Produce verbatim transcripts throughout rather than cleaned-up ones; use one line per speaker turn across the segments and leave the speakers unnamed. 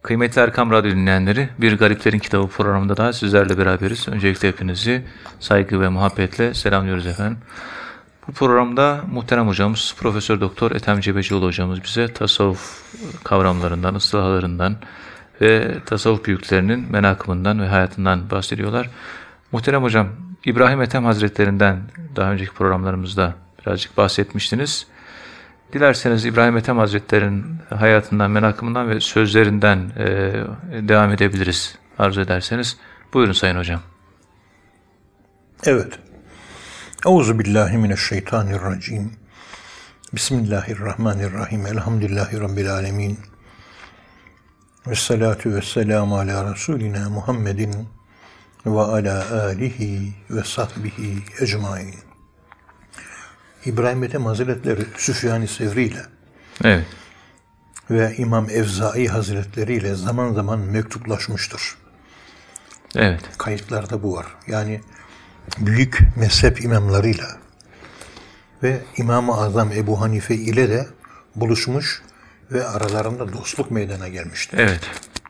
Kıymetli Erkam Radyo dinleyenleri, Bir Gariplerin Kitabı programında daha sizlerle beraberiz. Öncelikle hepinizi saygı ve muhabbetle selamlıyoruz efendim. Bu programda muhterem hocamız Profesör Doktor Ethem Cebecioğlu hocamız bize tasavvuf kavramlarından, ıslahalarından ve tasavvuf büyüklerinin menakımından ve hayatından bahsediyorlar. Muhterem hocam, İbrahim Ethem Hazretlerinden daha önceki programlarımızda birazcık bahsetmiştiniz. Dilerseniz İbrahim Ethem Hazretleri'nin hayatından, menakımından ve sözlerinden e, devam edebiliriz arzu ederseniz. Buyurun Sayın Hocam.
Evet. Euzubillahimineşşeytanirracim. Bismillahirrahmanirrahim. Elhamdülillahi Rabbil alemin. Vessalatu vesselamu ala Resulina Muhammedin ve ala alihi ve sahbihi ecmain. İbrahim Ethem Hazretleri Süfyan-ı Sevri ile
Evet.
ve İmam Evzai Hazretleri ile zaman zaman mektuplaşmıştır.
Evet.
Kayıtlarda bu var. Yani büyük mezhep imamlarıyla ve İmam-ı Azam Ebu Hanife ile de buluşmuş ve aralarında dostluk meydana gelmiştir.
Evet.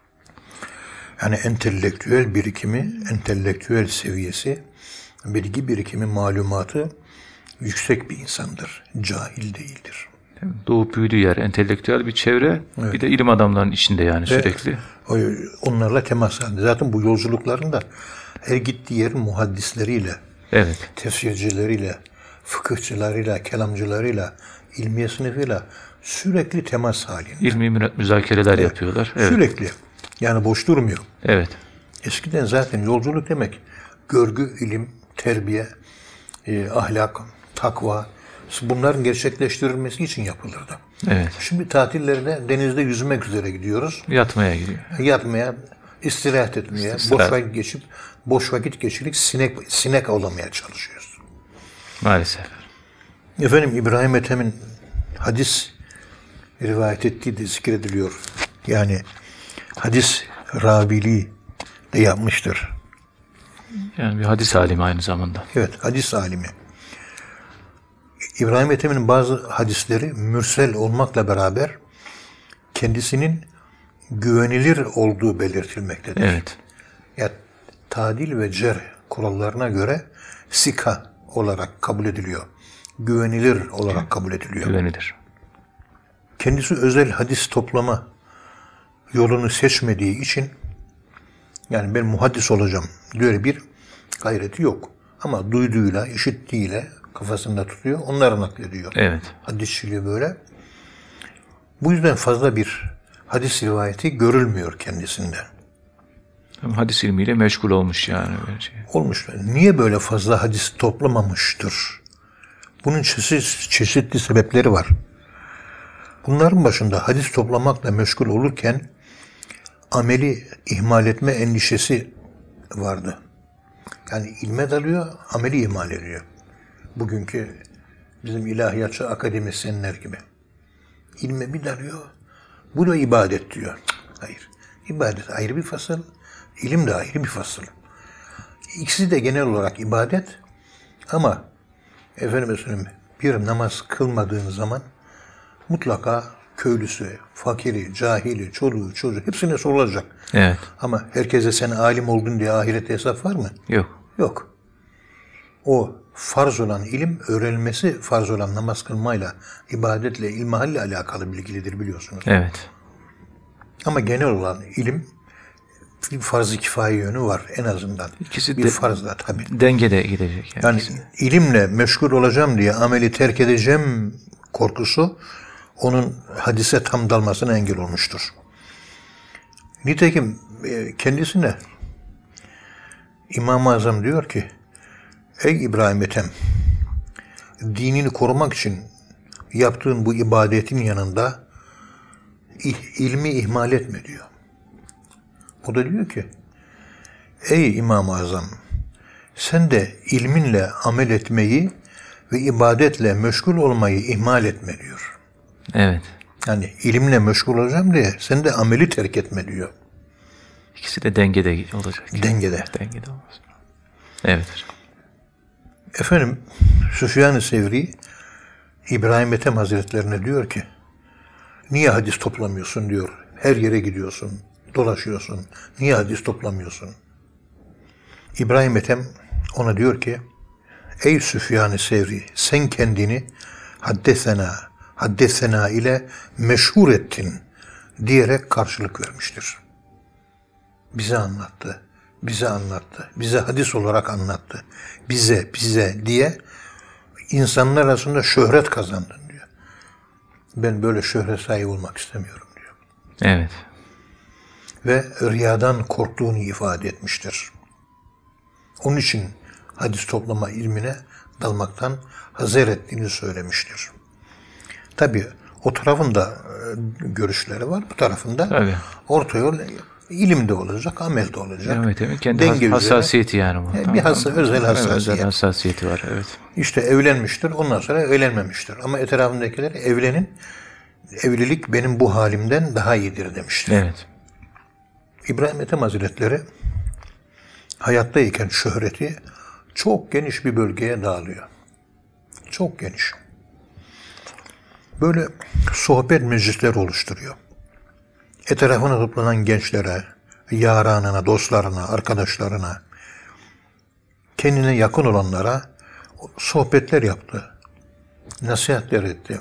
Yani entelektüel birikimi, entelektüel seviyesi, bilgi birikimi, malumatı yüksek bir insandır. Cahil değildir.
Doğup büyüdüğü yer, entelektüel bir çevre, evet. Bir de ilim adamlarının içinde yani sürekli.
Ve onlarla temas halinde. Zaten bu yolculuklarında her gittiği yerin muhaddisleriyle,
evet.
tefsircileriyle, fıkıhçılarıyla, kelamcılarıyla, ilmiye sınıfıyla sürekli temas halinde.
İlmi müzakereler evet. yapıyorlar. Evet.
Sürekli. Yani boş durmuyor.
Evet.
Eskiden zaten yolculuk demek görgü, ilim, terbiye, e, ahlak, takva, bunların gerçekleştirilmesi için yapılırdı.
Evet.
Şimdi tatillerde denizde yüzmek üzere gidiyoruz.
Yatmaya gidiyor.
Yatmaya, istirahat etmeye,
İstirahat.
boş vakit geçip, boş vakit geçirip sinek, sinek avlamaya çalışıyoruz.
Maalesef.
Efendim İbrahim Ethem'in hadis rivayet ettiği de zikrediliyor. Yani hadis raviliği de yapmıştır.
Yani bir hadis alimi aynı zamanda.
Evet, hadis alimi. İbrahim Ethem'in bazı hadisleri mürsel olmakla beraber kendisinin güvenilir olduğu belirtilmektedir.
Evet.
Yani tadil ve cerh kurallarına göre sika olarak kabul ediliyor. Güvenilir olarak kabul ediliyor.
Güvenilir.
Kendisi özel hadis toplama yolunu seçmediği için yani ben muhaddis olacağım diyor bir gayreti yok. Ama duyduğuyla, işittiğiyle kafasında tutuyor. Onları naklediyor.
Evet.
Hadisçiliği böyle. Bu yüzden fazla bir hadis rivayeti görülmüyor kendisinden.
Hadis ilmiyle meşgul olmuş yani. Şey.
Olmuş. Niye böyle fazla hadis toplamamıştır? Bunun çeşitli, çeşitli sebepleri var. Bunların başında hadis toplamakla meşgul olurken ameli ihmal etme endişesi vardı. Yani ilme dalıyor, ameli ihmal ediyor. Bugünkü bizim ilahiyatçı akademisyenler gibi. İlme bir dalıyor, bu da ibadet diyor. Hayır, ibadet ayrı bir fasıl, ilim de ayrı bir fasıl. İkisi de genel olarak ibadet ama efendim söyleyeyim, bir namaz kılmadığın zaman mutlaka köylüsü, fakiri, cahili, çoluğu, çocuğu hepsine sorulacak.
Evet.
Ama herkese sen alim oldun diye ahirette hesap var mı?
Yok.
Yok. O farz olan ilim, öğrenilmesi farz olan namaz kılmayla, ibadetle, ilmihalle alakalı bilgilidir biliyorsunuz.
Evet.
Ama genel olan ilim bir farz-ı kifaye yönü var en azından.
İkisi
bir
de,
farzla tabii.
Dengede gidecek. Yani,
yani
ikisi.
ilimle meşgul olacağım diye ameli terk edeceğim korkusu onun hadise tam dalmasına engel olmuştur. Nitekim kendisine İmam-ı Azam diyor ki ey İbrahim Ethem, dinini korumak için yaptığın bu ibadetin yanında ilmi ihmal etme diyor. O da diyor ki ey İmam-ı Azam, sen de ilminle amel etmeyi ve ibadetle meşgul olmayı ihmal etme diyor.
Evet.
Yani ilimle meşgul olacağım diye sen de ameli terk etme diyor.
İkisi de dengede olacak.
Dengede.
Dengede olmaz. Evet.
Efendim Süfyan-ı Sevri İbrahim Ethem Hazretlerine diyor ki niye hadis toplamıyorsun diyor. Her yere gidiyorsun. dolaşıyorsun? Niye hadis toplamıyorsun? İbrahim Ethem ona diyor ki, ey Süfyan-ı Sevri, sen kendini haddesena, haddesena ile meşhur ettin diyerek karşılık vermiştir. Bize anlattı, bize anlattı, bize hadis olarak anlattı. Bize, bize diye insanlar arasında şöhret kazandın diyor. Ben böyle şöhret sahibi olmak istemiyorum diyor.
Evet.
Ve riyadan korktuğunu ifade etmiştir. Onun için hadis toplama ilmine dalmaktan hazer ettiğini söylemiştir. Tabii o tarafın da görüşleri var, bu tarafında
Tabii.
orta yol ilim de olacak, amel de olacak.
Evet, evet. Kendi
Denge
has-
üzere.
hassasiyeti yani bu.
Bir hassa, özel
Evet,
hassasiyet.
özel hassasiyeti var, evet.
İşte evlenmiştir, ondan sonra evlenmemiştir. Ama etrafındakiler evlenin, evlilik benim bu halimden daha iyidir demiştir.
Evet.
İbrahim Ethem Hazretleri hayattayken şöhreti çok geniş bir bölgeye dağılıyor. Çok geniş. Böyle sohbet meclisleri oluşturuyor. Etrafına toplanan gençlere, yaranına, dostlarına, arkadaşlarına, kendine yakın olanlara sohbetler yaptı. Nasihatler etti.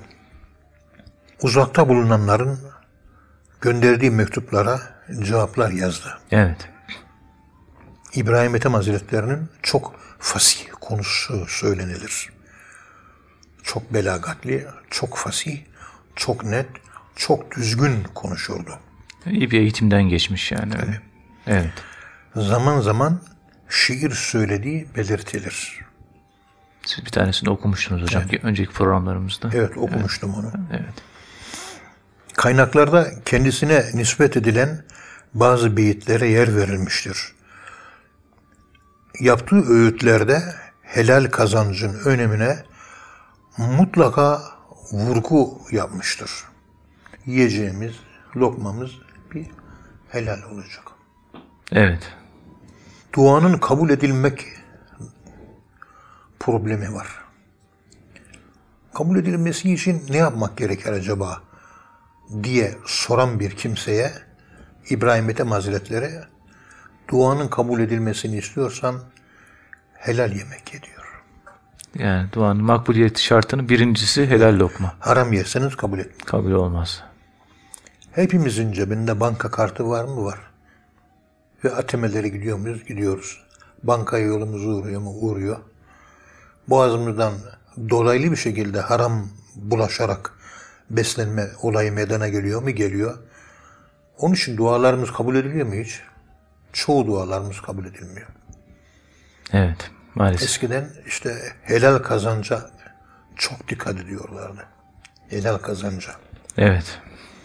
Uzakta bulunanların gönderdiği mektuplara cevaplar yazdı.
Evet.
İbrahim Ethem Hazretleri'nin çok fasih konusu söylenilir. Çok belagatli, çok fasih, çok net, çok düzgün konuşurdu.
İyi bir eğitimden geçmiş yani. Öyle. Evet.
Zaman zaman şiir söylediği belirtilir.
Siz bir tanesini okumuştunuz hocam önceki programlarımızda.
Evet, okumuştum onu.
Evet.
Kaynaklarda kendisine nispet edilen bazı beyitlere yer verilmiştir. Yaptığı öğütlerde helal kazancın önemine mutlaka vurgu yapmıştır. Yiyeceğimiz, lokmamız bir helal olacak.
Evet.
Duanın kabul edilmek problemi var. Kabul edilmesi için ne yapmak gerekir acaba diye soran bir kimseye İbrahim Ethem Hazretleri duanın kabul edilmesini istiyorsan helal yemek ye diyor.
Yani duanın makbuliyeti şartının birincisi helal lokma.
Haram yerseniz kabul etmeyin.
Kabul olmaz.
Hepimizin cebinde banka kartı var mı? Var. Ve A T M'lere gidiyor muyuz? Gidiyoruz. Bankaya yolumuz uğruyor mu? Uğruyor. Boğazımızdan dolaylı bir şekilde haram bulaşarak beslenme olayı meydana geliyor mu? Geliyor. Onun için dualarımız kabul ediliyor mu hiç? Çoğu dualarımız kabul edilmiyor.
Evet. Maalesef.
Eskiden işte helal kazanca çok dikkat ediyorlardı. Helal kazanca.
Evet.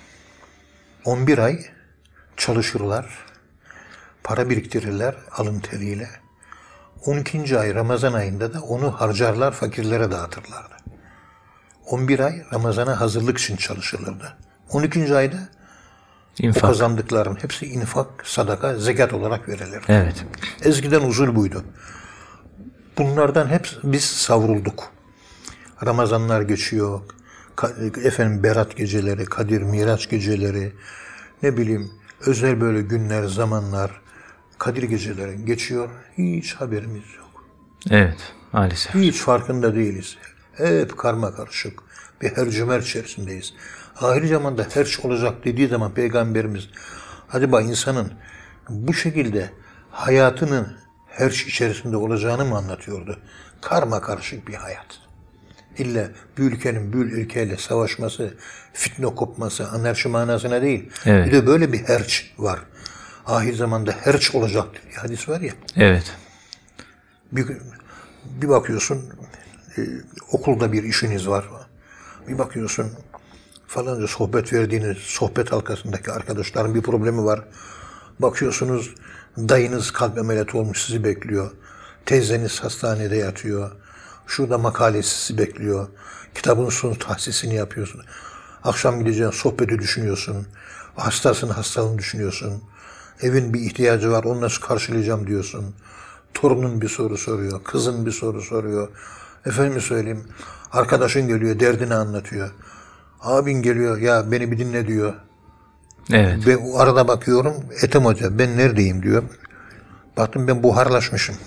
on bir ay çalışırlar, para biriktirirler alın teriyle. on ikinci ay Ramazan ayında da onu harcarlar, fakirlere dağıtırlardı. on bir ay Ramazan'a hazırlık için çalışılırdı. on ikinci ayda o
İnfak.
kazandıkların hepsi infak, sadaka, zekat olarak verilir.
Evet.
Eskiden usul buydu. Bunlardan hep biz savrulduk. Ramazanlar geçiyor, ka- efendim Berat geceleri, Kadir Miraç geceleri, ne bileyim özel böyle günler, zamanlar, Kadir geceleri geçiyor. Hiç haberimiz yok.
Evet. Maalesef.
Hiç farkında değiliz. Hep karma karışık bir hercümer içerisindeyiz. Ahir zamanda herç olacak dediği zaman Peygamberimiz acaba insanın bu şekilde hayatının herç içerisinde olacağını mı anlatıyordu? Karma karışık bir hayat. İlla bir ülkenin bir ülkeyle savaşması, fitne kopması, anarşi manasına değil.
Evet.
Bir de böyle bir herç var. Ahir zamanda herç olacak diye hadis var ya.
Evet.
Bir, bir bakıyorsun e, okulda bir işiniz var. Bir bakıyorsun falanca sohbet verdiğiniz sohbet halkasındaki arkadaşların bir problemi var. Bakıyorsunuz dayınız kalp ameliyatı olmuş sizi bekliyor. Teyzeniz hastanede yatıyor. Şurada makalesi sizi bekliyor. Kitabın son tahsisini yapıyorsun. Akşam gideceğin sohbeti düşünüyorsun. Hastasın, hastalığını düşünüyorsun. Evin bir ihtiyacı var, onu nasıl karşılayacağım diyorsun. Torunun bir soru soruyor, kızın bir soru soruyor. Efendim söyleyeyim, arkadaşın geliyor, derdini anlatıyor. Abin geliyor, ya beni bir dinle diyor.
Evet.
Ve o arada bakıyorum, Ethem Hoca ben neredeyim diyor. Baktım ben buharlaşmışım.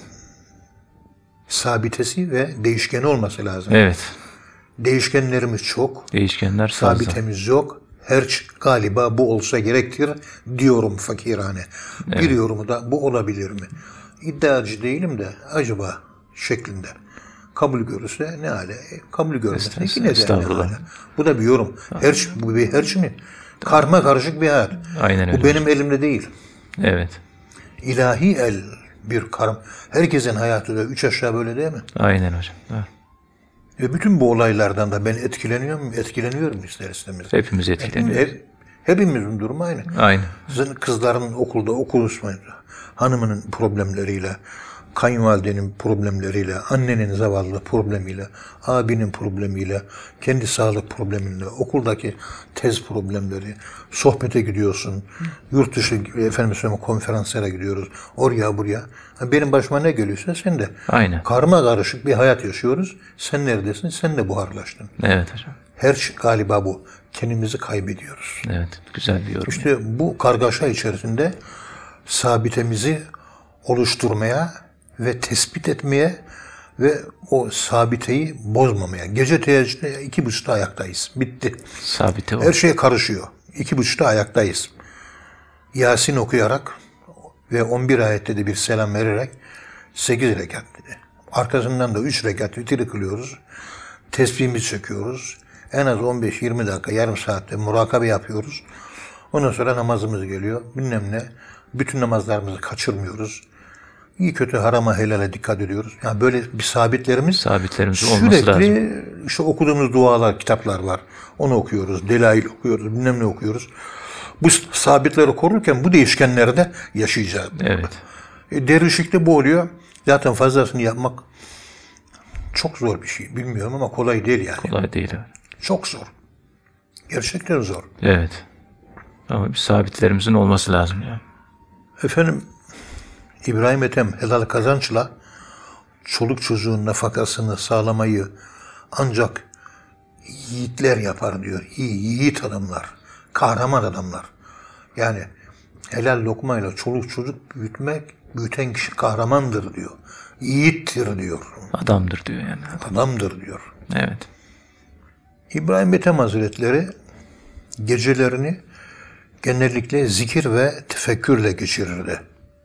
Sabitesi ve değişkeni olması lazım.
Evet.
Değişkenlerimiz çok.
Değişkenler fazla.
Sabitemiz yok. Herç galiba bu olsa gerektir diyorum fakirane.
Evet.
Bir yorumu da bu olabilir mi? İddiacı değilim de acaba şeklinde. Kabul görürse ne hale? Kabul görmezse yine de ne
Estağfurullah.
hale? Bu da bir yorum. Herç, bu bir herç mi? Karma karışık bir hayat.
Aynen öyle.
Bu benim elimde değil.
Evet.
İlahi el bir karım. Herkesin hayatı da üç aşağı böyle değil mi?
Aynen hocam. Evet.
Ve bütün bu olaylardan da ben etkileniyor muyum? Etkileniyorum ister istemez.
Hepimiz etkileniyoruz.
Hep, hepimizin durumu aynı.
Aynen.
Sizin kızların okulda okul hanımının problemleriyle, kayınvalidenin problemleriyle, annenin zavallı problemiyle, abinin problemiyle, kendi sağlık problemiyle, okuldaki tez problemleri, sohbete gidiyorsun, yurt dışı efendim söyleyeyim, konferanslara gidiyoruz, oraya buraya. Benim başıma ne geliyorsa sen de.
Aynen.
Karma karışık bir hayat yaşıyoruz. Sen neredesin? Sen de buharlaştın.
Evet hocam.
Her şey galiba bu. Kendimizi kaybediyoruz.
Evet. Güzel bir yorum.
İşte bu kargaşa içerisinde sabitemizi oluşturmaya ve tespit etmeye ve o sabiteyi bozmamaya. Gece teheccüde iki buçukta ayaktayız. Bitti.
Sabite o.
Her şey karışıyor. İki buçukta ayaktayız. Yasin okuyarak ve on bir ayette de bir selam vererek sekiz rekat dedi. Arkasından da üç rekat vitri kılıyoruz. Tesbihimizi çekiyoruz. En az on beş yirmi dakika, yarım saatte murakabe yapıyoruz. Ondan sonra namazımız geliyor. Bilmem ne. Bütün namazlarımızı kaçırmıyoruz. İyi kötü harama helale dikkat ediyoruz. Yani böyle bir sabitlerimiz
Sabitlerimiz olması
sürekli
lazım.
işte okuduğumuz dualar, kitaplar var. Onu okuyoruz. Delail okuyoruz. Bilmem ne okuyoruz. Bu sabitleri korurken bu değişkenleri de yaşayacağız.
Evet.
E, dervişlikte bu oluyor. Zaten fazlasını yapmak çok zor bir şey. Bilmiyorum ama kolay değil yani.
Kolay değil. Evet.
Çok zor. Gerçekten zor.
Evet. Ama bir sabitlerimizin olması lazım yani.
Efendim İbrahim Ethem helal kazançla çoluk çocuğun nafakasını sağlamayı ancak yiğitler yapar diyor. İyi, yiğit adamlar, kahraman adamlar. Yani helal lokmayla çoluk çocuk büyütmek, büyüten kişi kahramandır diyor. Yiğittir diyor.
Adamdır diyor yani.
Adamdır diyor.
Evet.
İbrahim Ethem Hazretleri gecelerini genellikle zikir ve tefekkürle geçirirdi.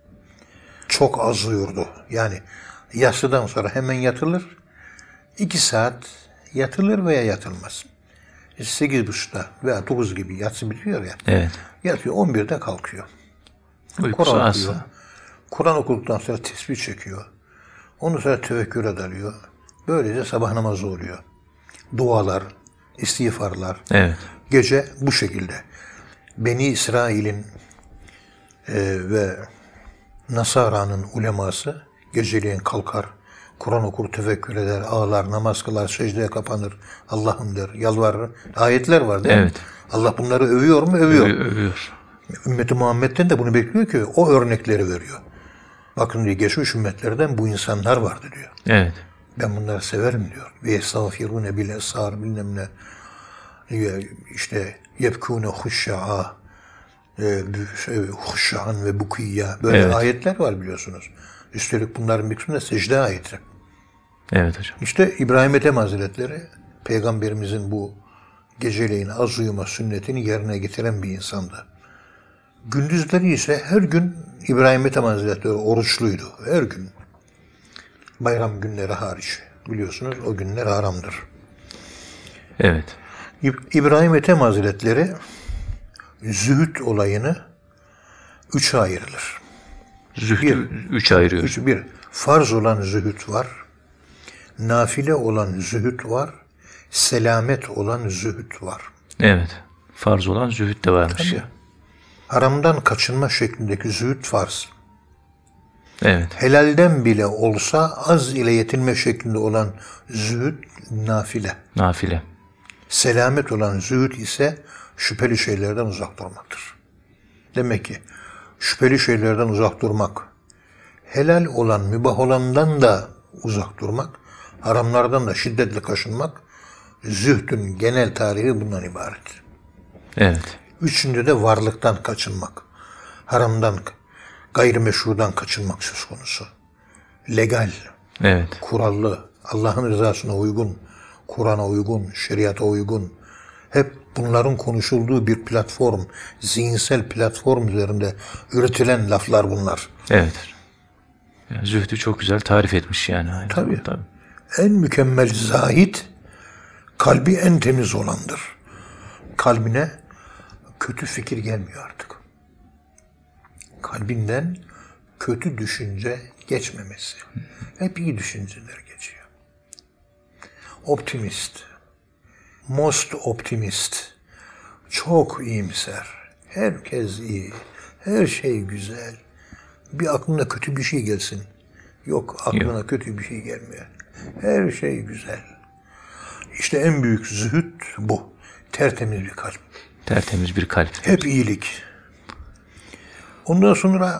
Çok az uyurdu. Yani yatsıdan sonra hemen yatılır. iki saat yatılır veya yatılmaz. Sekiz buçukta veya dokuz gibi yatsı bitiyor ya.
Evet.
Yatıyor, on birde kalkıyor.
Uykusu
Kur'an
az.
okuyor. Kur'an okuduktan sonra tesbih çekiyor. Ondan sonra tevekküre dalıyor. Böylece sabah namazı oluyor. Dualar, istiğfarlar.
Evet.
Gece bu şekilde. Beni İsrail'in e, ve Nasara'nın uleması geceleyin kalkar, Kur'an okur, tefekkür eder, ağlar, namaz kılar, secdeye kapanır, Allah'ım der, yalvarır. Ayetler var değil mi?
Evet.
Allah bunları övüyor mu? Övüyor.
Ö- övüyor.
Ümmeti Muhammed'den de bunu bekliyor ki o örnekleri veriyor. Bakın diyor, geçmiş ümmetlerden bu insanlar vardı diyor.
Evet.
Ben bunları severim diyor. Ve estağfirune bil esar bilmem ne. İşte yebkûne huşşa'a huşşa'an ve bukiyya. Böyle
Evet.
ayetler var biliyorsunuz. Üstelik bunların bir kısmı da secde ayeti.
Evet hocam.
İşte İbrahim Ethem Hazretleri Peygamberimizin bu geceleyin az uyuma sünnetini yerine getiren bir insandı. Gündüzleri ise her gün İbrahim Ethem Hazretleri oruçluydu. Her gün. Bayram günleri hariç. Biliyorsunuz o günler haramdır.
Evet.
İb- İbrahim Ethem Hazretleri zühd olayını üçe ayrılır.
Zühdü üç ayırıyor.
Üç, bir, farz olan zühd var. Nafile olan zühd var. Selamet olan zühd var.
Evet. Farz olan zühd de varmış ya.
Haramdan kaçınma şeklindeki zühd farz.
Evet.
Helalden bile olsa az ile yetinme şeklinde olan zühd nafile.
Nafile.
Selamet olan zühd ise şüpheli şeylerden uzak durmaktır. Demek ki şüpheli şeylerden uzak durmak, helal olan, mübah olandan da uzak durmak, haramlardan da şiddetle kaçınmak, zühdün genel tarihi bundan ibaret.
Evet.
Üçüncü de varlıktan kaçınmak. Haramdan, gayrimeşrudan kaçınmak söz konusu. Legal,
Evet.
kurallı, Allah'ın rızasına uygun, Kur'an'a uygun, şeriata uygun. Hep bunların konuşulduğu bir platform, zihinsel platform üzerinde üretilen laflar bunlar.
Evet. Yani zühdü çok güzel tarif etmiş yani. Aynı
Tabii.
zamanda, tabii.
En mükemmel zahit, kalbi en temiz olandır. Kalbine kötü fikir gelmiyor artık. Kalbinden kötü düşünce geçmemesi. Hep iyi düşünceler geçiyor. Optimist. Most optimist. Çok iyimser. Herkes iyi. Her şey güzel. Bir aklına kötü bir şey gelsin. Yok, aklına
Yok.
kötü bir şey gelmiyor. Her şey güzel. İşte en büyük zühd bu. Tertemiz bir kalp.
Tertemiz bir kalp.
Hep iyilik. Ondan sonra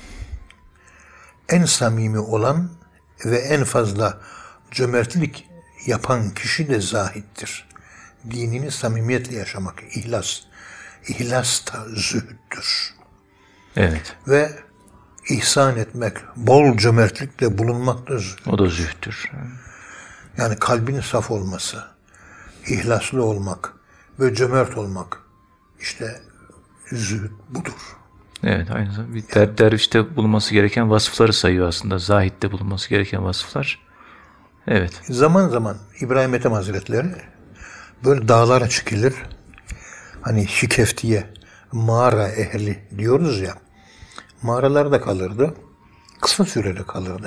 en samimi olan ve en fazla cömertlik yapan kişi de zahittir. Dinini samimiyetle yaşamak, ihlas. İhlas da zühddür.
Evet.
Ve ihsan etmek, bol cömertlikle bulunmak da zühd.
O da zühttür.
Yani kalbin saf olması, ihlaslı olmak ve cömert olmak. İşte zühd budur.
Evet, aynı zamanda bir der, dervişte bulunması gereken vasıfları sayıyor aslında. Zahitte bulunması gereken vasıflar. Evet.
Zaman zaman İbrahim Ethem Hazretleri böyle dağlara çıkılır. Hani Şikeftiye, mağara ehli diyoruz ya. Mağaralarda kalırdı. Kısa süreli kalırdı.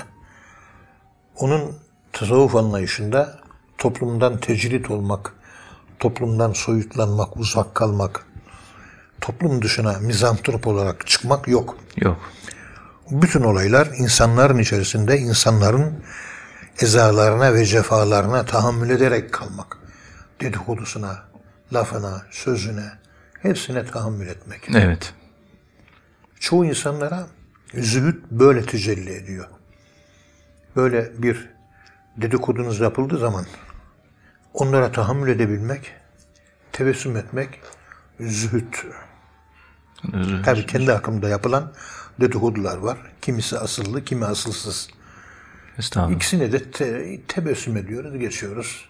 Onun tasavvuf anlayışında toplumdan tecrit olmak, toplumdan soyutlanmak, uzak kalmak, toplum dışına mizantrop olarak çıkmak yok.
Yok.
Bütün olaylar insanların içerisinde insanların ezalarına ve cefalarına tahammül ederek kalmak. Dedikodusuna, lafına, sözüne, hepsine tahammül etmek.
Evet.
Çoğu insanlara zühd böyle tecelli ediyor. Böyle bir dedikodunuz yapıldığı zaman onlara tahammül edebilmek, tebessüm etmek zühd.
Zühd.
Tabii kendi hakkımda yapılan dedikodular var. Kimisi asıllı, kimi asılsız.
Estağfurullah.
İkisine de te- tebessüm ediyoruz, geçiyoruz.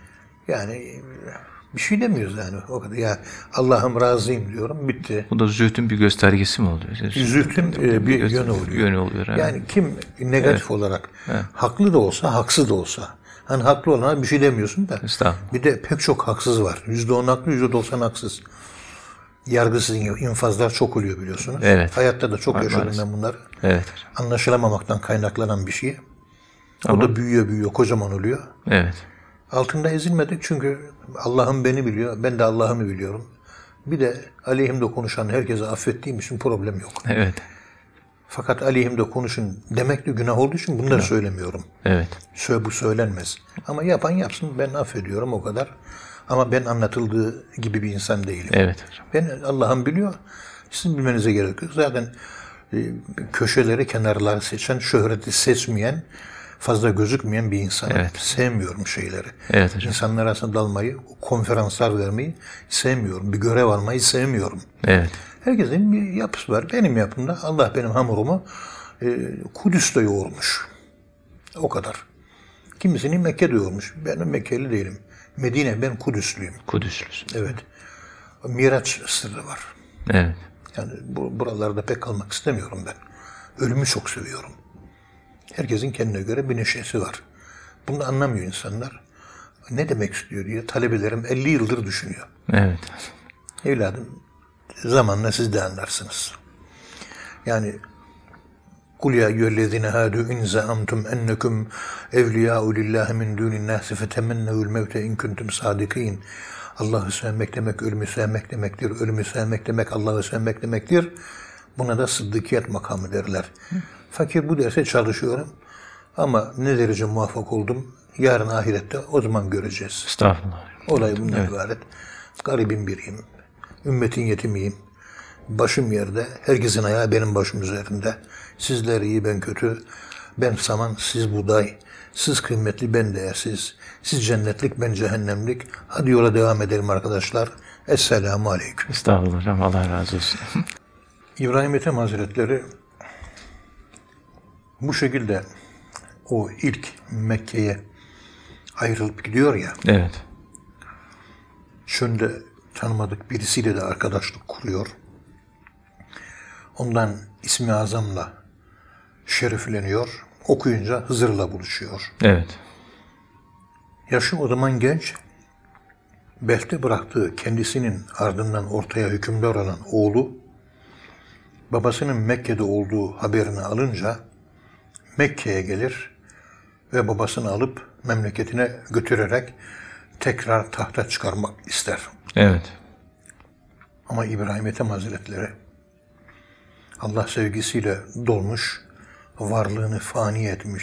Yani bir şey demiyoruz yani o kadar. Ya Allah'ım razıyım diyorum, bitti.
Bu da zühdün bir göstergesi mi oluyor?
Zühdün e, bir yönü oluyor.
Yönü oluyor. Evet.
Yani kim negatif olarak haklı da olsa, haksız da olsa. Hani haklı olana bir şey demiyorsun da.
Estağfurullah.
Bir de pek çok haksız var. Yüzde on haklı, yüzde doksan haksız. Yargısız infazlar çok oluyor biliyorsunuz.
Evet.
Hayatta da çok
Var,
yaşadım
maalesef.
ben bunları.
Evet.
Anlaşılamamaktan kaynaklanan bir şey.
Ama-
O da büyüyor büyüyor, kocaman oluyor.
Evet.
Altında ezilmedik çünkü Allah'ım beni biliyor, ben de Allah'ımı biliyorum. Bir de aleyhimde konuşan herkese affettiğim için problem yok.
Evet.
Fakat aleyhimde konuşun demek de günah olduğu için bunları söylemiyorum.
Evet.
Söyle bu söylenmez. Ama yapan yapsın, ben affediyorum o kadar. Ama ben anlatıldığı gibi bir insan değilim.
Evet hocam.
Ben Allah'ım biliyor. Sizin bilmenize gerek yok. Zaten e, köşeleri, kenarları seçen, şöhreti seçmeyen, fazla gözükmeyen bir insanım.
Evet.
Sevmiyorum şeyleri.
Evet hocam.
İnsanlar arasında dalmayı, konferanslar vermeyi sevmiyorum. Bir görev almayı sevmiyorum.
Evet.
Herkesin bir yapısı var. Benim yapımda Allah benim hamurumu e, Kudüs'te yoğurmuş. O kadar. Kimisini Mekke'de yoğurmuş. Ben Mekkeli değilim. Medine, ben Kudüslüyüm.
Kudüslüsün.
Evet. Miraç sırrı var.
Evet.
Yani bu, buralarda pek kalmak istemiyorum ben. Ölümü çok seviyorum. Herkesin kendine göre bir neşesi var. Bunu anlamıyor insanlar. Ne demek istiyor diye talebelerim elli yıldır düşünüyor.
Evet.
Evladım, zamanla siz de anlarsınız. Yani kul ya eyyühellezine hâdû in za'amtum ennekum evliyâ'u lillâhi min dûnin nâsi fetemennevül mevte in kuntum sâdikîn. Allah'ı sevmek demek ölümü sevmek demektir. Ölümü sevmek demek Allah'ı sevmek demektir. Buna da sıddıkiyet makamı derler. Fakir bu derse çalışıyorum. Ama ne derece muvaffak oldum? Yarın ahirette o zaman göreceğiz.
Estağfurullah.
Olay bundan ibaret. Garibim biriyim. Ümmetin yetimiyim. Başım yerde. Herkesin ayağı benim başım üzerinde. Sizler iyi, ben kötü. Ben saman, siz buğday. Siz kıymetli, ben değersiz. Siz cennetlik, ben cehennemlik. Hadi yola devam edelim arkadaşlar. Esselamu Aleyküm.
Estağfurullah hocam. Allah razı olsun.
İbrahim Ethem Hazretleri bu şekilde o ilk Mekke'ye ayrılıp gidiyor ya,
Evet.
şöyle tanımadık birisiyle de arkadaşlık kuruyor. Ondan İsmi Azam'la şerefleniyor. Okuyunca Hızır'la buluşuyor.
Evet.
Yaşı o zaman genç. Belte bıraktığı kendisinin ardından ortaya hükümdar olan oğlu, babasının Mekke'de olduğu haberini alınca Mekke'ye gelir ve babasını alıp memleketine götürerek tekrar tahta çıkarmak ister.
Evet.
Ama İbrahim Ethem Hazretleri Allah sevgisiyle dolmuş, varlığını fani etmiş.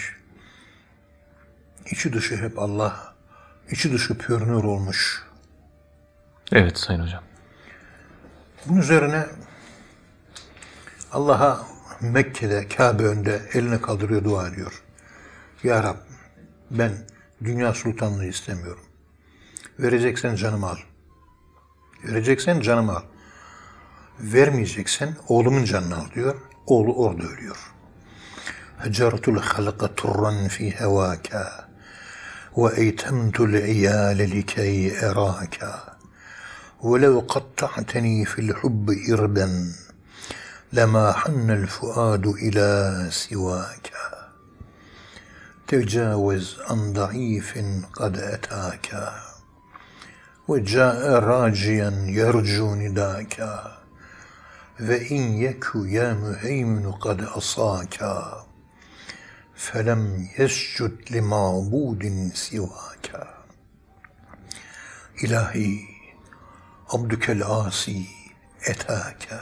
İçi dışı hep Allah, içi dışı pürnür olmuş.
Evet Sayın Hocam.
Bunun üzerine Allah'a Mekke'de, Kabe önünde eline kaldırıyor, dua ediyor. Ya Rab, ben dünya sultanlığı istemiyorum. Vereceksen canımı al. Vereceksen canımı al. Vermeyeceksen oğlumun canını al diyor. Oğlu orada ölüyor. Hecertul halqa turran fi hevâka ve eytemtul iyâle likey erâka ve lev qatta'teni fil hubbi irben lema hannel fuadu ila sivâka tecavüz an da'ifin kad etâka ve câe râciyen yercu nidâka ve in yeku ya müheyminu kad asâka felem yescud li ma'budin sivâka. İlahi abdükel asi etâka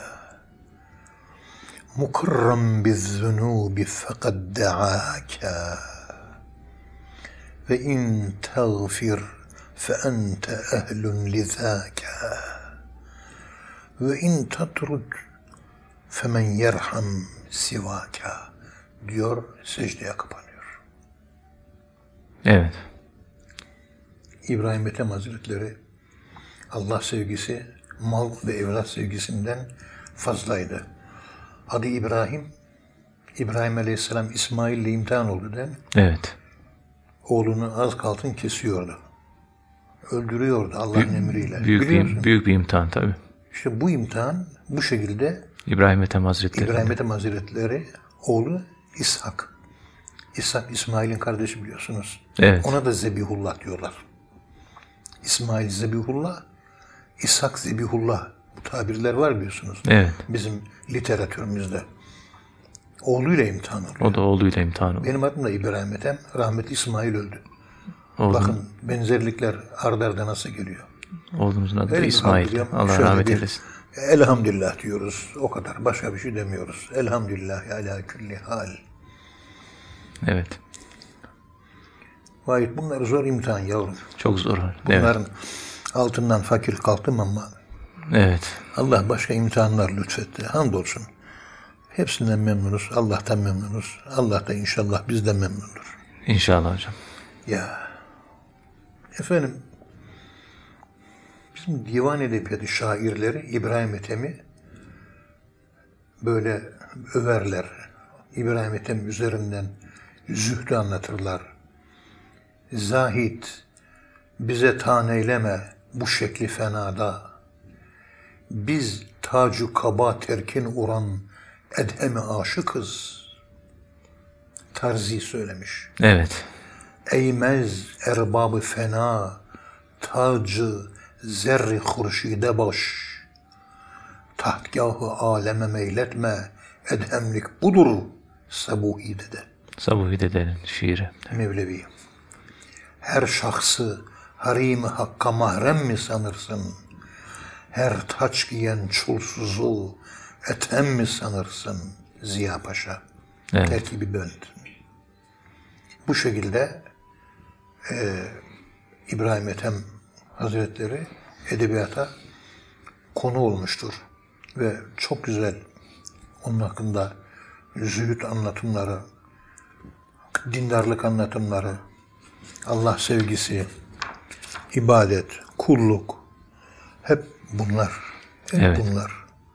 mukarram bizzunubi fekad da'âka ve in tağfir fe ente ehlun lizâka ve in tatrud femen yerham sivâka diyor, secdeye kapanıyor.
Evet.
İbrahim Ethem Hazretleri Allah sevgisi mal ve evlat sevgisinden fazlaydı. Adı İbrahim, İbrahim Aleyhisselam İsmail ile imtihan oldu değil mi?
Evet.
Oğlunu az kalsın kesiyordu. Öldürüyordu Allah'ın emriyle.
Büyük
Biliyor
bir,
musun?
büyük bir imtihan tabii.
İşte bu imtihan bu şekilde
İbrahim Ethem Hazretleri.
İbrahim Ethem Hazretleri oğlu İshak. İshak İsmail'in kardeşi biliyorsunuz.
Evet.
Ona da Zebihullah diyorlar. İsmail Zebihullah, İshak Zebihullah. Bu tabirler var biliyorsunuz.
Evet.
Bizim literatürümüzde. Oğluyla imtihan oluyor.
O da oğluyla imtihan oldu.
Benim adım da İbrahim Ethem. Rahmetli İsmail öldü.
Oğlum,
Bakın benzerlikler arda arda nasıl geliyor.
oğlumuzun adı da
Öyle
İsmail.
kaldırıyorum.
Allah
Şöyle
rahmet
bir
eylesin.
Elhamdülillah diyoruz. O kadar. Başka bir şey demiyoruz. Elhamdülillah ala külli hal.
Evet.
Vay bunlar zor imtihan yavrum.
Çok zor. Evet.
Bunların altından fakir kalktım ama
Evet.
Allah başka imtihanlar lütfetti. Hamdolsun. Hepsinden memnunuz. Allah'tan memnunuz. Allah da inşallah bizden memnundur.
İnşallah hocam.
Ya efendim bizim divan edebiyatı şairleri İbrahim Ethem'i böyle överler. İbrahim Ethem üzerinden zühdü anlatırlar. Zahid bize taneyleme bu şekli fenada. Biz tacu kaba terkin uğran edheme aşıkız. Tarzi söylemiş.
Evet.
Eymez erbabı fena, tacı zerri hurşide baş. Tahtgahı aleme meyletme, edhemlik budur Sabuhi'de de.
Sabuhi Dede'nin şiiri.
Mevlevi. Her şahsı harim-i hakka mahrem mi sanırsın? Her taç giyen çulsuzu ethem mi sanırsın? Ziya Paşa.
Evet.
Terkibi böldü. Bu şekilde e, İbrahim Ethem Hazretleri edebiyata konu olmuştur. Ve çok güzel onun hakkında zühd anlatımları, dindarlık anlatımları, Allah sevgisi, ibadet, kulluk hep Bunlar. Evet,
Evet.
bunlar.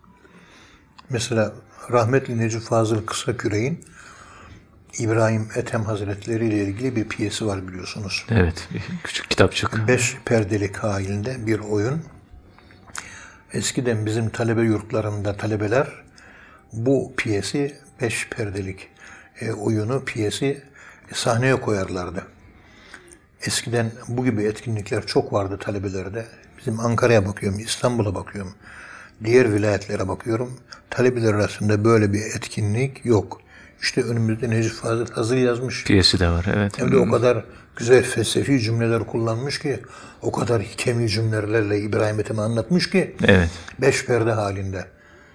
Mesela rahmetli Necip Fazıl Kısaküre'nin İbrahim Ethem Hazretleri ile ilgili bir piyesi var biliyorsunuz.
Evet. Bir küçük kitapçık.
Beş perdelik halinde bir oyun. Eskiden bizim talebe yurtlarında talebeler bu piyesi, beş perdelik e, oyunu, piyesi sahneye koyarlardı. Eskiden bu gibi etkinlikler çok vardı talebelerde. Bizim Ankara'ya bakıyorum, İstanbul'a bakıyorum, diğer vilayetlere bakıyorum. Talebeler arasında böyle bir etkinlik yok. İşte önümüzde Necip Fazıl hazır yazmış.
Piyesi de var, evet.
Hem de o kadar güzel felsefi cümleler kullanmış ki, o kadar hikemi cümlelerle İbrahim Ethem'i anlatmış ki,
Evet.
beş perde halinde.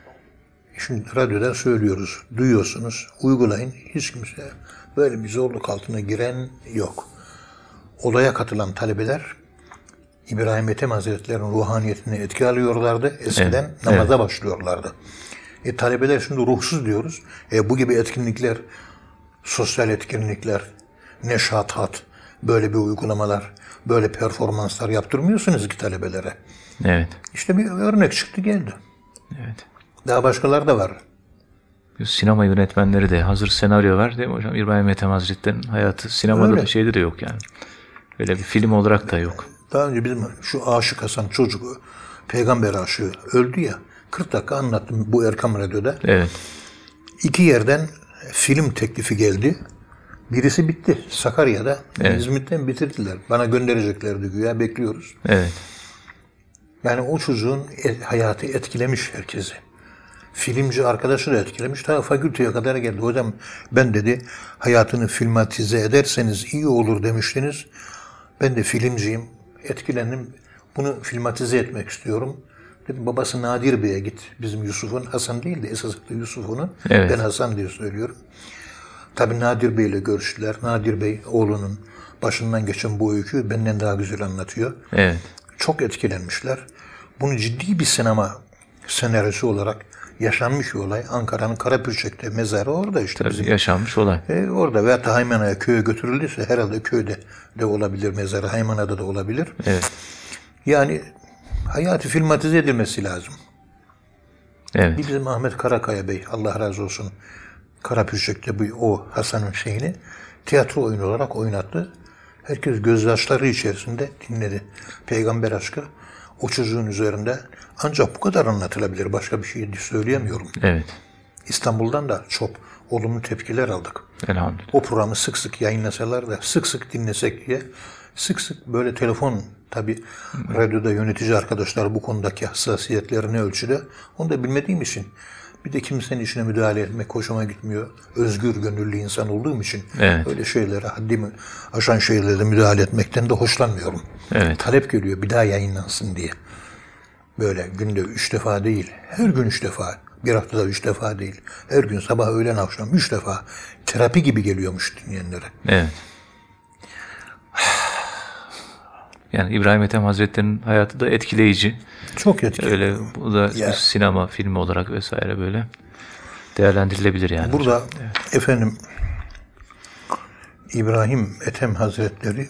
Şimdi radyodan söylüyoruz, duyuyorsunuz, uygulayın. Hiç kimse böyle bir zorluk altına giren yok. Olaya katılan talebeler İbrahim Ethem Hazretleri'nin ruhaniyetine etki alıyorlardı. Eskiden
Evet,
namaza
evet.
başlıyorlardı. E, talebeler şimdi ruhsuz diyoruz. E, bu gibi etkinlikler, sosyal etkinlikler, neşatat, böyle bir uygulamalar, böyle performanslar yaptırmıyorsunuz ki talebelere.
Evet.
İşte bir örnek çıktı geldi.
Evet.
Daha başkaları da var.
Sinema yönetmenleri de hazır senaryo var değil mi hocam? İbrahim Ethem Hazretleri'nin hayatı sinemada
Öyle.
da şeyde de yok yani. Öyle bir film olarak da yok.
Daha önce bizim şu Aşık Hasan çocuk, peygamber aşığı öldü ya, kırk dakika anlattım bu Erkam Radyo'da.
Evet.
İki yerden film teklifi geldi. Birisi bitti. Sakarya'da.
Evet.
İzmit'ten bitirdiler. Bana göndereceklerdi güya. Bekliyoruz.
Evet.
Yani o çocuğun et- hayatı etkilemiş herkesi. Filmci arkadaşı da etkilemiş. Ta fakülteye kadar geldi. Hocam ben dedi hayatını filmatize ederseniz iyi olur demiştiniz. Ben de filmciyim. Etkilendim. Bunu filmatize etmek istiyorum. Dedim babası Nadir Bey'e git. Bizim Yusuf'un, Hasan değil de esas adı Yusuf'un.
Evet.
Ben Hasan diye söylüyorum. Tabii Nadir Bey ile görüştüler. Nadir Bey oğlunun başından geçen bu öyküyü benden daha güzel anlatıyor.
Evet.
Çok etkilenmişler. Bunu ciddi bir sinema senaryosu olarak yaşanmış bir olay. Ankara'nın Karapürçek'te mezarı orada işte.
Tabii
bizim.
yaşanmış olay.
E, orada veya da Haymana'ya köye götürüldüyse herhalde köyde de olabilir mezarı. Haymana'da da olabilir.
Evet.
Yani hayatı filmatize edilmesi lazım.
Evet.
Bir bizim Ahmet Karakaya Bey, Allah razı olsun, Karapürçek'te bu o Hasan'ın şeyini tiyatro oyunu olarak oynattı. Herkes gözyaşları içerisinde dinledi. Peygamber aşkı o çocuğun üzerinde ancak bu kadar anlatılabilir. Başka bir şey söyleyemiyorum.
Evet.
İstanbul'dan da çok olumlu tepkiler aldık.
Elhamdülillah.
O programı sık sık yayınlasalar da sık sık dinlesek diye sık sık böyle telefon, tabi radyoda yönetici arkadaşlar bu konudaki hassasiyetleri ne ölçüde onu da bilmediğim için, bir de kimsenin işine müdahale etmek hoşuma gitmiyor. Özgür gönüllü insan olduğum için
Evet.
öyle şeylere, haddimi aşan şeylere müdahale etmekten de hoşlanmıyorum.
Evet.
Talep geliyor bir daha yayınlansın diye. Böyle günde üç defa değil, her gün üç defa. Bir haftada üç defa değil. Her gün sabah, öğlen, akşam üç defa. Terapi gibi geliyormuş dinleyenlere.
Evet. Yani İbrahim Ethem Hazretleri'nin hayatı da etkileyici.
Çok etkili.
Öyle bu da
Ya.
bir sinema filmi olarak vesaire böyle değerlendirilebilir yani.
Burada efendim İbrahim Ethem Hazretleri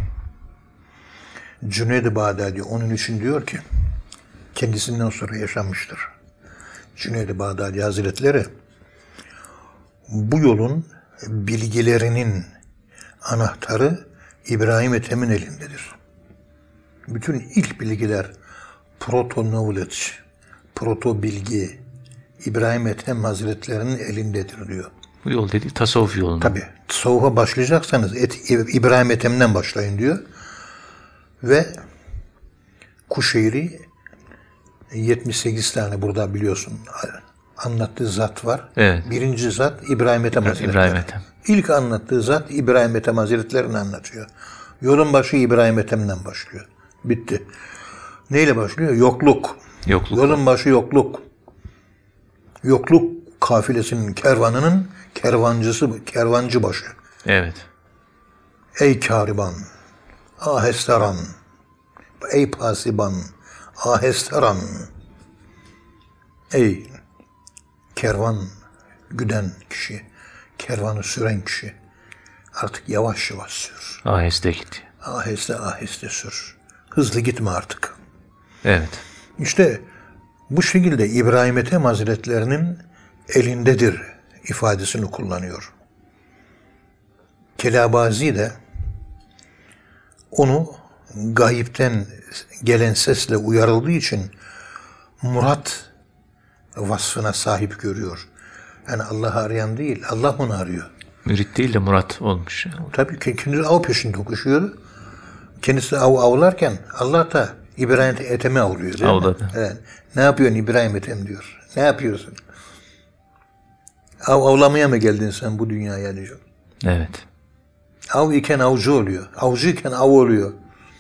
Cüneyd-i Bağdadi onun için diyor ki, kendisinden sonra yaşanmıştır. Cüneyd-i Bağdadi Hazretleri bu yolun bilgilerinin anahtarı İbrahim Ethem'in elindedir. Bütün ilk bilgiler, proto knowledge, proto bilgi İbrahim Ethem Hazretleri'nin elindedir diyor.
Bu yol dedi tasavvuf yolunda.
Tabii tasavvufa başlayacaksanız et, İbrahim Ethem'den başlayın diyor. Ve Kuşeyri yetmiş sekiz tane burada biliyorsun anlattığı zat var.
Evet.
Birinci zat İbrahim Ethem Hazretleri.
İbrahim Ethem.
İlk anlattığı zat İbrahim Ethem Hazretleri'ni anlatıyor. Yolun başı İbrahim Ethem'den başlıyor. Bitti. Neyle başlıyor? Yokluk.
Yokluk.
Yolun başı yokluk. Yokluk kafilesinin, kervanının kervancısı, kervancı başı.
Evet.
Ey kariban, ahestaran, ey pasiban, ahestaran, ey kervan güden kişi, kervanı süren kişi, artık yavaş yavaş sür.
Aheste gitti.
Aheste aheste sür. Hızlı gitme artık.
Evet.
İşte bu şekilde İbrahim Ethem Hazretlerinin elindedir ifadesini kullanıyor. Kelabazi de onu gayipten gelen sesle uyarıldığı için Murat vasfına sahip görüyor. Yani Allah'ı arayan değil, Allah onu arıyor.
Mürit değil de Murat olmuş.
Tabii ki kendisi av peşinde koşuyor. Kendisi av avlarken Allah da İbrahim Ethem'i avlıyor. Değil
Avladı.
mi? Evet. Ne yapıyorsun İbrahim Ethem diyor. Ne yapıyorsun? Av avlamaya mı geldin sen bu dünyaya diyor.
Evet.
Av iken avcı oluyor. Avcı iken av oluyor.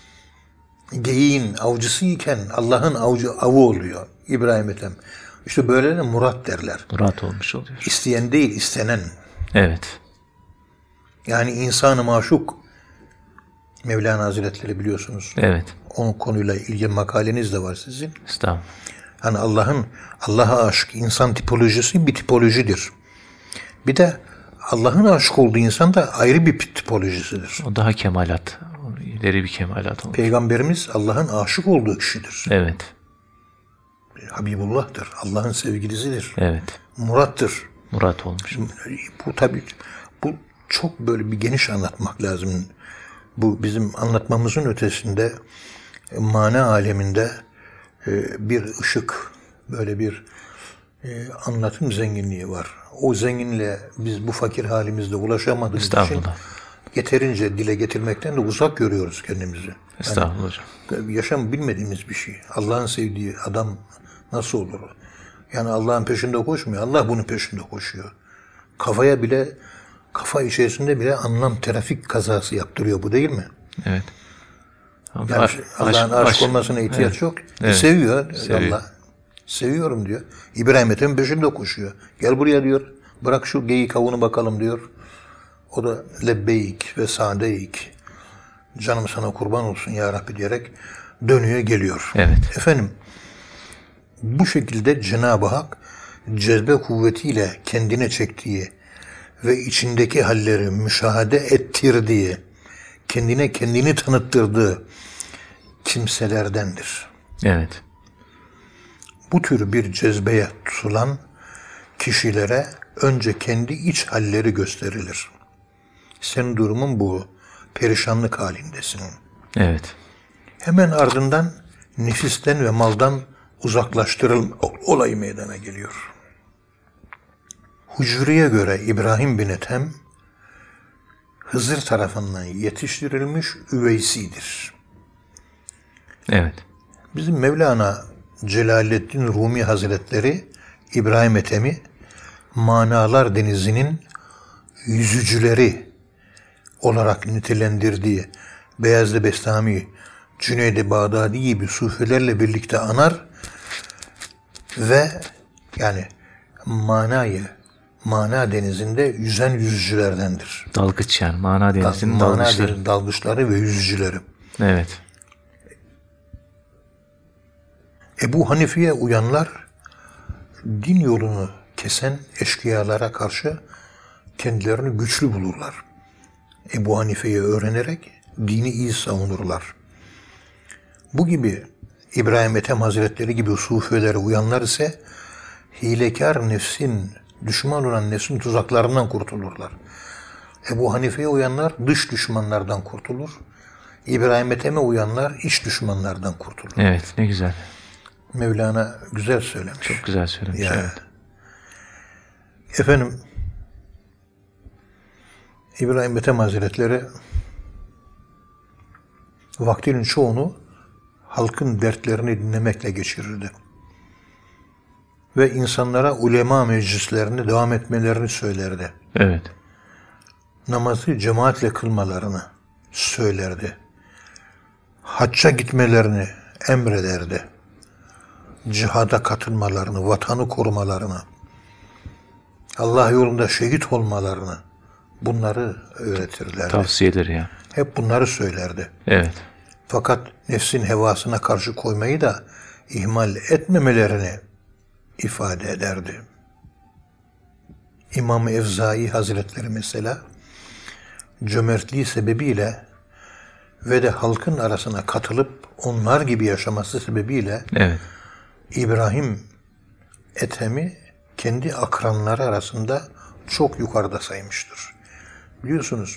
Geyiğin avcısı iken Allah'ın avcı avı oluyor İbrahim Ethem. İşte böyle de Murat derler.
Murat olmuş oluyor.
İsteyen değil, istenen.
Evet.
Yani insanı maşuk. Mevlana Hazretleri biliyorsunuz.
Evet.
O konuyla ilgili makaleniz de var sizin.
Estağfurullah.
Hani Allah'ın Allah'a aşık insan tipolojisi bir tipolojidir. Bir de Allah'ın aşık olduğu insan da ayrı bir tipolojisidir.
O daha kemalat. O ileri bir kemalat olmuş.
Peygamberimiz Allah'ın aşık olduğu kişidir.
Evet.
Habibullah'tır. Allah'ın sevgilisidir.
Evet.
Murat'tır.
Murat olmuş.
Bu tabii bu çok böyle bir geniş anlatmak lazım. Bu bizim anlatmamızın ötesinde mana aleminde bir ışık, böyle bir anlatım zenginliği var. O zenginliğe biz bu fakir halimizde ulaşamadığımız için yeterince dile getirmekten de uzak görüyoruz kendimizi.
Estağfurullah hocam.
Yani yaşam bilmediğimiz bir şey. Allah'ın sevdiği adam nasıl olur? Yani Allah'ın peşinde koşmuyor. Allah bunun peşinde koşuyor. Kafaya bile, kafa içerisinde bile anlam trafik kazası yaptırıyor. Bu değil mi?
Evet.
Yani Allah'ın aşık olmasına ihtiyaç evet. yok. Evet. Seviyor, Seviyor Allah. Seviyorum diyor. İbrahim Ethem peşinde koşuyor. Gel buraya diyor. Bırak şu geyik avını bakalım diyor. O da lebbeyk ve sadeyk. Canım sana kurban olsun ya Rabbi diyerek dönüyor geliyor.
Evet.
Efendim bu şekilde Cenab-ı Hak cezbe kuvvetiyle kendine çektiği ve içindeki halleri müşahede ettirdiği, kendine kendini tanıttırdığı kimselerdendir.
Evet.
Bu tür bir cezbeye tutulan kişilere önce kendi iç halleri gösterilir. Senin durumun bu. Perişanlık halindesin.
Evet.
Hemen ardından nefisten ve maldan uzaklaştırılma olayı meydana geliyor. Hucuri'ye göre İbrahim bin Ethem Hızır tarafından yetiştirilmiş üveysidir.
Evet.
Bizim Mevlana Celaleddin Rumi Hazretleri İbrahim Ethem'i manalar denizinin yüzücüleri olarak nitelendirdiği Beyazlı Bestami, Cüneyd-i Bağdadi gibi sufilerle birlikte anar ve yani manayı, mana denizinde yüzen yüzücülerdendir.
Dalgıç yani, mana denizinin
mana
dalgıçları.
Deniz, dalgıçları ve yüzücüleri.
Evet.
Ebu Hanife'ye uyanlar din yolunu kesen eşkıyalara karşı kendilerini güçlü bulurlar. Ebu Hanife'yi öğrenerek dini iyi savunurlar. Bu gibi İbrahim Ethem Hazretleri gibi sufielere uyanlar ise hilekar nefsin, düşman olan nefsin tuzaklarından kurtulurlar. Ebu Hanife'ye uyanlar dış düşmanlardan kurtulur. İbrahim Ethem'e uyanlar iç düşmanlardan kurtulur.
Evet, ne güzel.
Mevlana güzel söylemiş.
Çok güzel söylemiş,
ya.
Evet.
Efendim, İbrahim Ethem Hazretleri vaktinin çoğunu halkın dertlerini dinlemekle geçirirdi. Ve insanlara ulema meclislerini devam etmelerini söylerdi.
Evet.
Namazı cemaatle kılmalarını söylerdi. Hacca gitmelerini emrederdi. Cihada katılmalarını, vatanı korumalarını, Allah yolunda şehit olmalarını, bunları öğretirlerdi.
Tavsiyeleri ya.
Hep bunları söylerdi.
Evet.
Fakat nefsin hevasına karşı koymayı da ihmal etmemelerini ifade ederdi. İmam-ı Evzai Hazretleri mesela cömertliği sebebiyle ve de halkın arasına katılıp onlar gibi yaşaması sebebiyle
Evet.
İbrahim Ethem'i kendi akranları arasında çok yukarıda saymıştır. Biliyorsunuz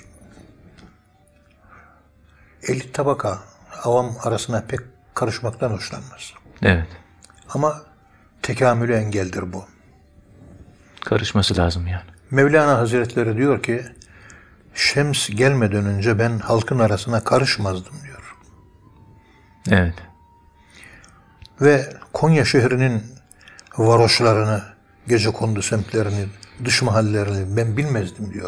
elit tabaka avam arasına pek karışmaktan hoşlanmaz.
Evet.
Ama tekamülü engeldir bu.
Karışması lazım yani.
Mevlana Hazretleri diyor ki, Şems gelmeden önce ben halkın arasına karışmazdım diyor.
Evet.
Ve Konya şehrinin varoşlarını, gecekondu semtlerini, dış mahallerini ben bilmezdim diyor.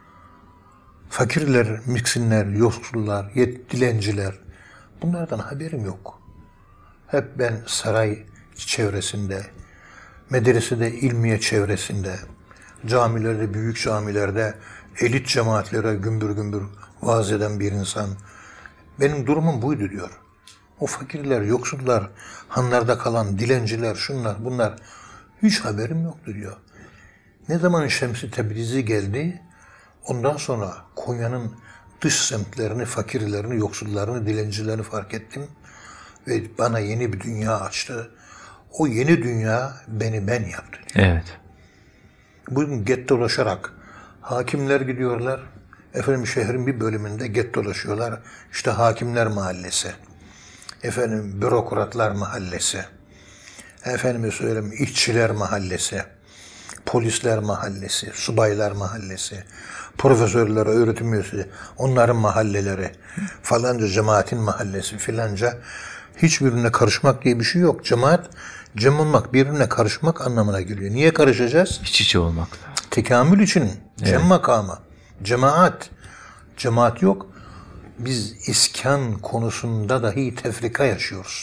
Fakirler, miksinler, yoksullar, yet, dilenciler, bunlardan haberim yok. Hep ben saray çevresinde, medresede ilmiye çevresinde, camilerde, büyük camilerde, elit cemaatlere gümbür gümbür vaaz eden bir insan. Benim durumum buydu diyor. O fakirler, yoksullar, hanlarda kalan dilenciler, şunlar, bunlar hiç haberim yoktu diyor. Ne zaman Şems-i Tebrizi geldi, ondan sonra Konya'nın dış semtlerini, fakirlerini, yoksullarını, dilencilerini fark ettim. Ve bana yeni bir dünya açtı. O yeni dünya beni ben yaptı diyor.
Evet.
Bugün gettolaşarak hakimler gidiyorlar. Efendim şehrin bir bölümünde gettolaşıyorlar. İşte Hakimler Mahallesi. Efendim Bürokratlar Mahallesi. Efendim söyleyeyim İşçiler Mahallesi. Polisler Mahallesi. Subaylar Mahallesi. Profesörler, öğretim üyesi. Onların mahalleleri. Falanca cemaatin mahallesi filanca. Hiçbirine karışmak diye bir şey yok. Cemaat, cem olmak, birbirine karışmak anlamına geliyor. Niye karışacağız?
İç içe olmak.
Tekamül için cem
Evet.
makamı, cemaat. Cemaat yok. Biz iskan konusunda dahi tefrika yaşıyoruz.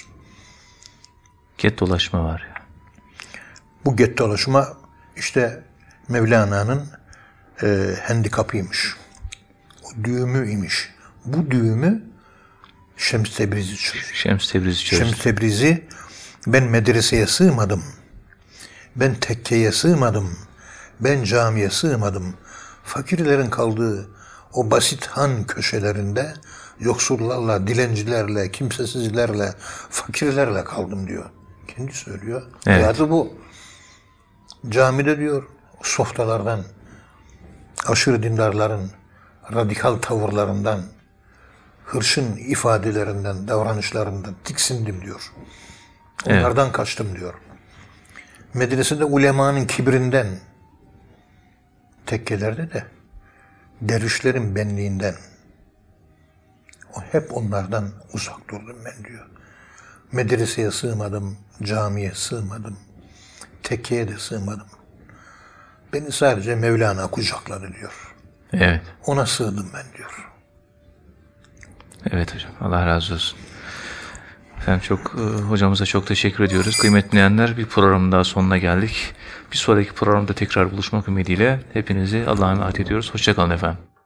Get dolaşma var ya.
Bu gettolaşma işte Mevlana'nın e, handikapıymış. O düğümü imiş. Bu düğümü Şems Tebrizi çözüyor.
Şems Tebrizi çözdü.
Şems Tebrizi, ben medreseye sığmadım. Ben tekkeye sığmadım. Ben camiye sığmadım. Fakirlerin kaldığı o basit han köşelerinde yoksullarla, dilencilerle, kimsesizlerle, fakirlerle kaldım diyor. Kendi söylüyor.
Evet.
Hayatı bu. Camide diyor, softalardan, aşırı dindarların radikal tavırlarından, hırçın ifadelerinden, davranışlarından tiksindim diyor. Onlardan evet. kaçtım diyor. Medresede ulemanın kibrinden, tekkelerde de dervişlerin benliğinden, o hep onlardan uzak durdum ben diyor. Medreseye sığmadım, camiye sığmadım, tekkeye de sığmadım. Beni sadece Mevlana kucakladı diyor.
Evet.
Ona sığdım ben diyor.
Evet hocam. Allah razı olsun. Efendim çok hocamıza çok teşekkür ediyoruz. Kıymetli dinleyenler, bir programın daha sonuna geldik. Bir sonraki programda tekrar buluşmak ümidiyle hepinizi Allah'a emanet ediyoruz. Hoşça kalın efendim.